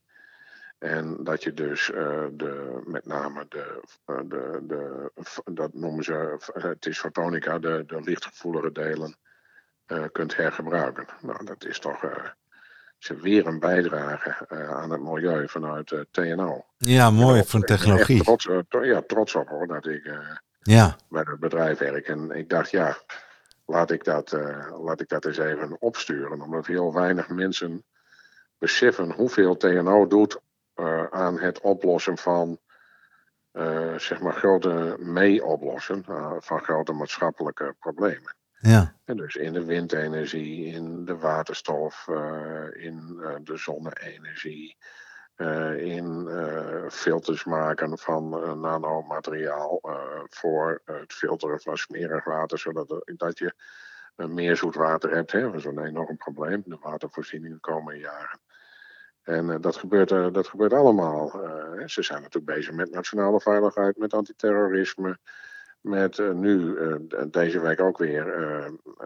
En dat je dus uh, de, met name de, uh, de, de, dat noemen ze, het is fotonica, de, de lichtgevoelige delen, Uh, kunt hergebruiken. Nou, dat is toch uh, is weer een bijdrage uh, aan het milieu vanuit uh, T N O. Ja, mooi van technologie. Ik ben trots, uh, tro- ja, trots op hoor, dat ik uh, ja. bij het bedrijf werk. En ik dacht, ja, laat ik dat, uh, laat ik dat eens even opsturen. Omdat heel weinig mensen beseffen hoeveel T N O doet uh, aan het oplossen van uh, zeg maar grote mee-oplossen uh, van grote maatschappelijke problemen. Ja. En dus in de windenergie, in de waterstof, uh, in uh, de zonne-energie, uh, in uh, filters maken van uh, nanomateriaal uh, voor uh, het filteren van smerig water, zodat dat je uh, meer zoet water hebt. Hè? Dat is een enorm probleem, de watervoorziening de komende jaren. En uh, dat, gebeurt, uh, dat gebeurt allemaal. Uh, ze zijn natuurlijk bezig met nationale veiligheid, met antiterrorisme. Met uh, nu, uh, deze week ook weer, uh,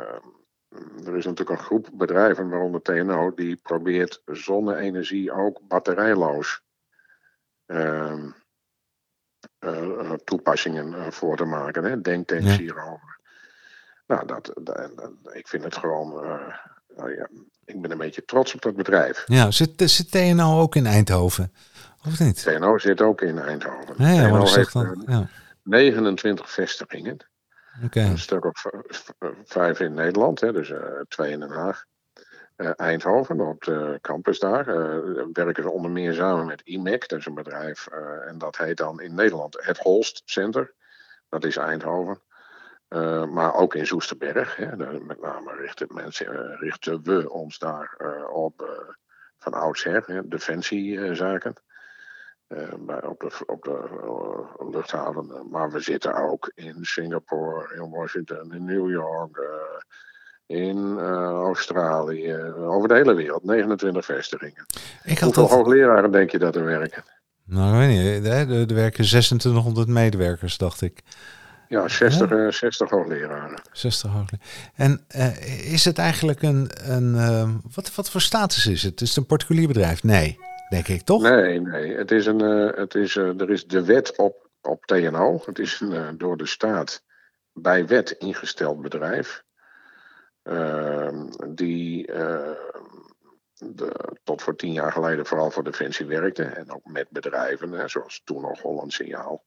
uh, er is natuurlijk een groep bedrijven, waaronder T N O, die probeert zonne-energie ook batterijloos uh, uh, toepassingen uh, voor te maken. Hè? Denktanks ja. hierover. Nou, dat, dat, dat, ik vind het gewoon... Uh, nou ja, ik ben een beetje trots op dat bedrijf. Ja, zit, zit T N O ook in Eindhoven? Of niet? T N O zit ook in Eindhoven. Nee, ja, T N O heeft dan, ja. negenentwintig vestigingen. Okay. Een stuk of vijf in Nederland, hè, dus uh, twee in Den Haag. Uh, Eindhoven, op de campus daar. Uh, werken ze onder meer samen met I M E C, dat is een bedrijf. Uh, en dat heet dan in Nederland het Holst Center. Dat is Eindhoven. Uh, maar ook in Soesterberg. Hè, de, met name richten, mensen, uh, richten we ons daar uh, op uh, van oudsher, hè, defensiezaken. Uh, bij, op de, op de uh, luchthaven. Maar we zitten ook in Singapore, in Washington, in New York... Uh, in uh, Australië, uh, over de hele wereld, negenentwintig vestigingen. Ik Hoeveel dat... hoogleraren denk je dat er werken? Nou, ik weet niet. Er, er werken zesentwintighonderd medewerkers, dacht ik. Ja, zestig, ja? Uh, zestig hoogleraren. zestig hoogleraren. En uh, is het eigenlijk een... een uh, wat, wat voor status is het? Is het een particulier bedrijf? Nee, denk ik, toch? Nee, nee. Het is een, uh, het is, uh, er is de wet op, op T N O. Het is een uh, door de staat bij wet ingesteld bedrijf. Uh, die uh, de, tot voor tien jaar geleden vooral voor Defensie werkte. En ook met bedrijven, hè, zoals toen nog Holland Signaal.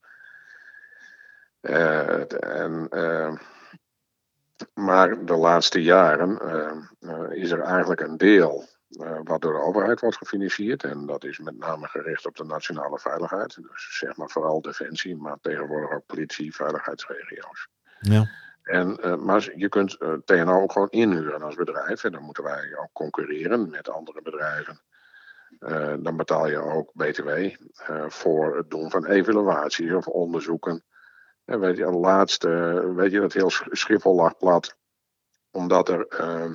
Uh, en, uh, maar de laatste jaren uh, uh, is er eigenlijk een deel uh, wat door de overheid wordt gefinancierd. En dat is met name gericht op de nationale veiligheid. Dus zeg maar vooral Defensie, maar tegenwoordig ook politie, veiligheidsregio's. Ja. En, uh, maar je kunt uh, T N O ook gewoon inhuren als bedrijf. En dan moeten wij ook concurreren met andere bedrijven. Uh, dan betaal je ook B T W uh, voor het doen van evaluaties of onderzoeken. En weet je, het laatste, weet je, dat heel Schiphol lag plat. Omdat er uh,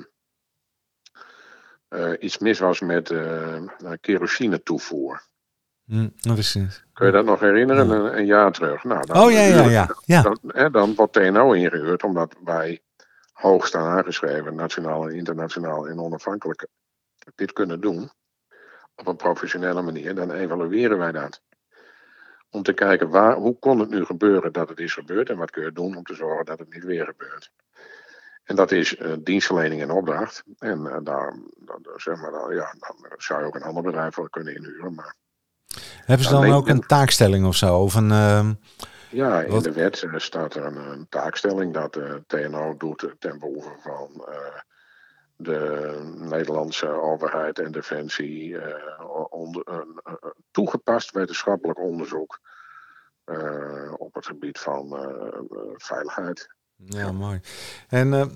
uh, iets mis was met uh, kerosine toevoer. Hm, dat is het. Kun je dat nog herinneren? Ja. Een, een jaar terug. Nou, dan, oh ja, ja, ja. ja. Dan, hè, dan wordt T N O ingehuurd, omdat wij hoog staan aangeschreven, nationaal en internationaal en onafhankelijk, dit kunnen doen. Op een professionele manier. Dan evalueren wij dat. Om te kijken, waar, hoe kon het nu gebeuren dat het is gebeurd en wat kun je doen om te zorgen dat het niet weer gebeurt. En dat is uh, dienstverlening en opdracht. En uh, daar, daar, zeg maar, daar, ja, dan zou je ook een ander bedrijf voor kunnen inhuren, maar... Hebben ze dan ook een taakstelling of zo? Of een, uh, ja, in wat? de wet uh, staat er een, een taakstelling dat uh, T N O doet ten behoeve van uh, de Nederlandse overheid en Defensie uh, onder, uh, uh, toegepast wetenschappelijk onderzoek uh, op het gebied van uh, uh, veiligheid. Ja, mooi. En uh,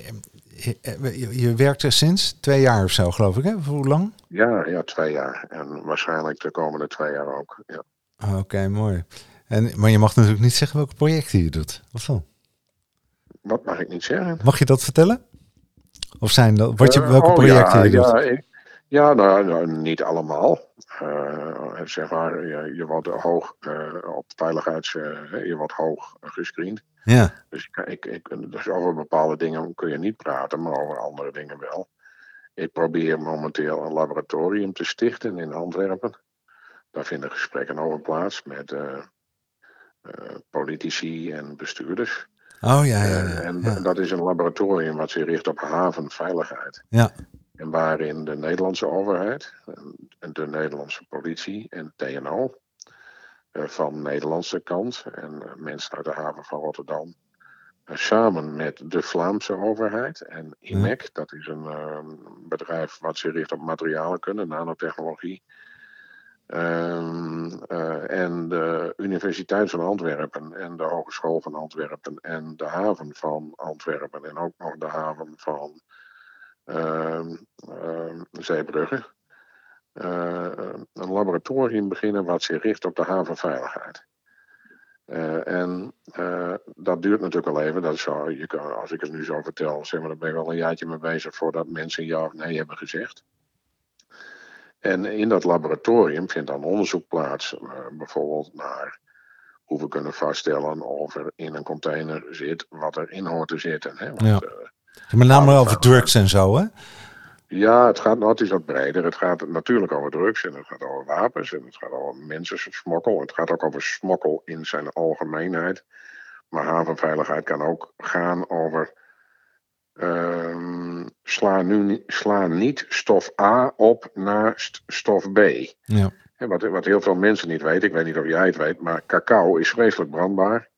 je, je werkt er sinds twee jaar of zo, geloof ik, hè? Hoe lang? Ja, ja, twee jaar. En waarschijnlijk de komende twee jaar ook. Ja. Oké, okay, mooi. En, maar je mag natuurlijk niet zeggen welke projecten je doet, of wel? Wat mag ik niet zeggen? Mag je dat vertellen? Of zijn dat, wat je, welke uh, oh, projecten ja, je doet? Ja, ik, ja nou, nou, niet allemaal. Uh, zeg maar, je, je wordt hoog uh, op veiligheids... Uh, je wordt hoog gescreend. Ja. Dus, ik, ik, dus over bepaalde dingen kun je niet praten, maar over andere dingen wel. Ik probeer momenteel een laboratorium te stichten in Antwerpen. Daar vinden gesprekken over plaats met uh, uh, politici en bestuurders. Oh ja, ja, ja. Uh, en ja. dat is een laboratorium wat zich richt op havenveiligheid. Ja. En waarin de Nederlandse overheid, en de Nederlandse politie en T N O uh, van de Nederlandse kant en uh, mensen uit de haven van Rotterdam uh, samen met de Vlaamse overheid en I M E C, ja. Dat is een uh, bedrijf wat zich richt op materialenkunde, nanotechnologie. Um, uh, en de Universiteit van Antwerpen en de Hogeschool van Antwerpen en de haven van Antwerpen en ook nog de haven van uh, uh, Zeebrugge. Uh, een laboratorium beginnen wat zich richt op de havenveiligheid. Uh, en uh, dat duurt natuurlijk wel even. Dat is zo, je kan, als ik het nu zo vertel, zeg maar, dan ben je wel een jaartje mee bezig voordat mensen ja of nee hebben gezegd. En in dat laboratorium vindt dan onderzoek plaats, uh, bijvoorbeeld naar hoe we kunnen vaststellen of er in een container zit wat erin hoort te zitten. Hè? Want, ja. uh, Met name over drugs en zo, hè? Ja, het gaat nou, het is wat breder. Het gaat natuurlijk over drugs en het gaat over wapens en het gaat over mensensmokkel. Het gaat ook over smokkel in zijn algemeenheid. Maar havenveiligheid kan ook gaan over um, sla, nu, sla niet stof A op naast stof B. Ja. En wat, wat heel veel mensen niet weten, ik weet niet of jij het weet, maar cacao is vreselijk brandbaar.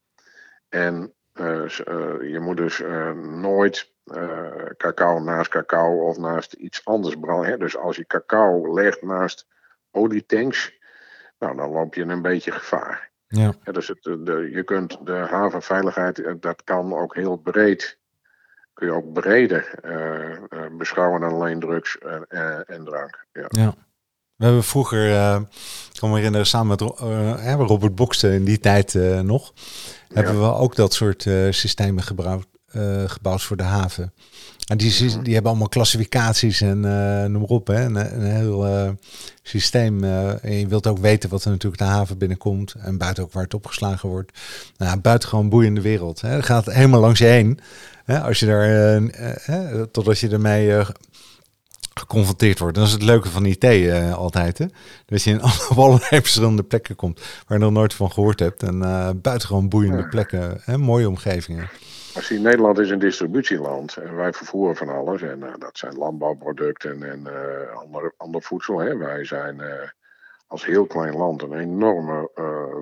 En uh, uh, je moet dus uh, nooit uh, cacao naast cacao of naast iets anders branden. Hè? Dus als je cacao legt naast olietanks, nou, dan loop je een beetje gevaar. Ja. Ja, dus het, de, je kunt de havenveiligheid, dat kan ook heel breed, kun je ook breder uh, uh, beschouwen dan alleen drugs uh, uh, en drank. Ja. Ja. We hebben vroeger, uh, ik kan me herinneren, samen met uh, Robert Bokste in die tijd uh, nog, ja. hebben we ook dat soort uh, systemen gebouwd, uh, gebouwd voor de haven. En die, die hebben allemaal klassificaties en uh, noem maar op. Hè. Een, een heel uh, systeem. Uh, en je wilt ook weten wat er natuurlijk de haven binnenkomt. En buiten ook waar het opgeslagen wordt. Nou, buitengewoon boeiende wereld. Hè. Dat gaat helemaal langs je heen. Hè. Als je daar, uh, uh, totdat je ermee uh, geconfronteerd wordt. Dat is het leuke van I T uh, altijd. Hè. Dat je in op allerlei verschillende plekken komt. Waar je nog nooit van gehoord hebt. En uh, buitengewoon boeiende plekken. Hè. Mooie omgevingen. Als je, Nederland is een distributieland en wij vervoeren van alles. En uh, dat zijn landbouwproducten en uh, ander, ander voedsel. Hè. Wij zijn uh, als heel klein land een enorme uh,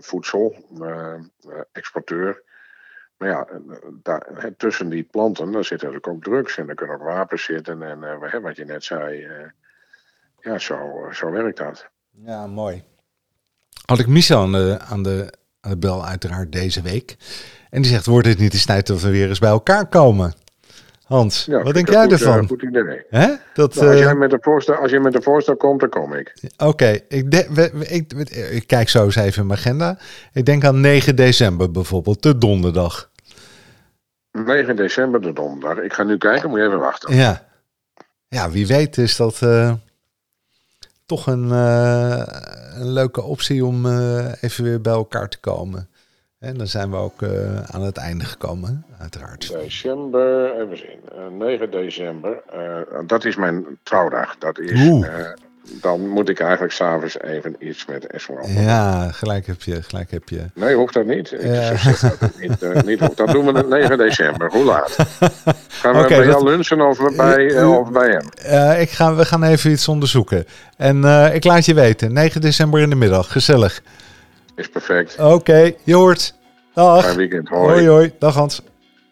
voedsel-exporteur. Uh, uh, maar ja, uh, daar, uh, tussen die planten daar zitten natuurlijk ook drugs en er kunnen ook wapens zitten. En uh, wat je net zei, uh, ja, zo, uh, zo werkt dat. Ja, mooi. Had ik Michel aan de, aan de, aan de bel uiteraard deze week. En die zegt, wordt het niet eens tijd dat we weer eens bij elkaar komen? Hans, ja, wat denk jij goed, ervan? Uh, goed idee. Hè? Dat, nou, als, uh... jij met een voorstel, als je met een voorstel komt, dan kom ik. Oké, okay. ik, de, ik, ik, ik kijk zo eens even in mijn agenda. Ik denk aan negen december bijvoorbeeld, de donderdag. negen december, de donderdag. Ik ga nu kijken, moet je even wachten. Ja, ja wie weet is dat uh, toch een, uh, een leuke optie om uh, even weer bij elkaar te komen. En dan zijn we ook uh, aan het einde gekomen, uiteraard. December, even zien. Uh, negen december, uh, dat is mijn trouwdag. Dat is, uh, dan moet ik eigenlijk s'avonds even iets met Esmeralda. Ja, gelijk heb je, gelijk heb je. Nee, hoeft dat niet. Ik ja. zeg dat het niet, uh, niet hoeft. Dan doen we het negen december. Hoe laat? Gaan we okay, bij jou lunchen of bij, uh, of bij hem? Uh, ik ga, we gaan even iets onderzoeken. En uh, ik laat je weten. negen december in de middag. Gezellig. Is perfect. Oké, okay, je hoort. Dag. Fijn weekend. Hoi. Hoi, hoi. Dag Hans.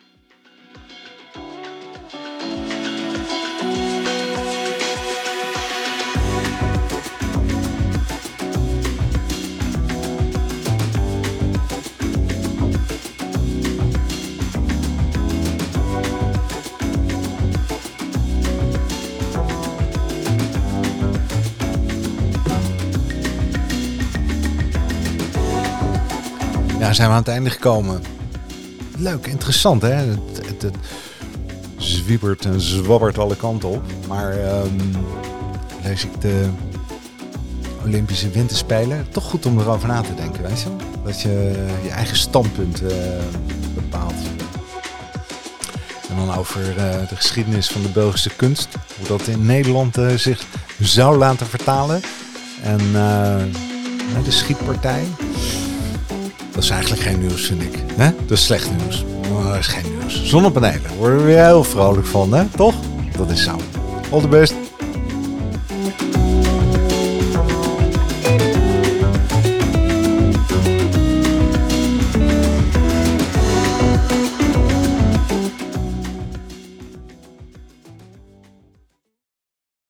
Ja, zijn we aan het einde gekomen. Leuk, interessant hè. Het, het, het zwiebert en zwabbert alle kanten op. Maar um, lees ik de Olympische Winterspelen. Toch goed om erover na te denken, weet je wel? Dat je je eigen standpunt uh, bepaalt. En dan over uh, de geschiedenis van de Belgische kunst. Hoe dat in Nederland uh, zich zou laten vertalen. En uh, de schietpartij. Dat is eigenlijk geen nieuws, vind ik. Hè? Dat is slecht nieuws. Dat is geen nieuws. Zonnepanelen. Daar worden we weer heel vrolijk van, hè? Toch? Dat is zo. All the best.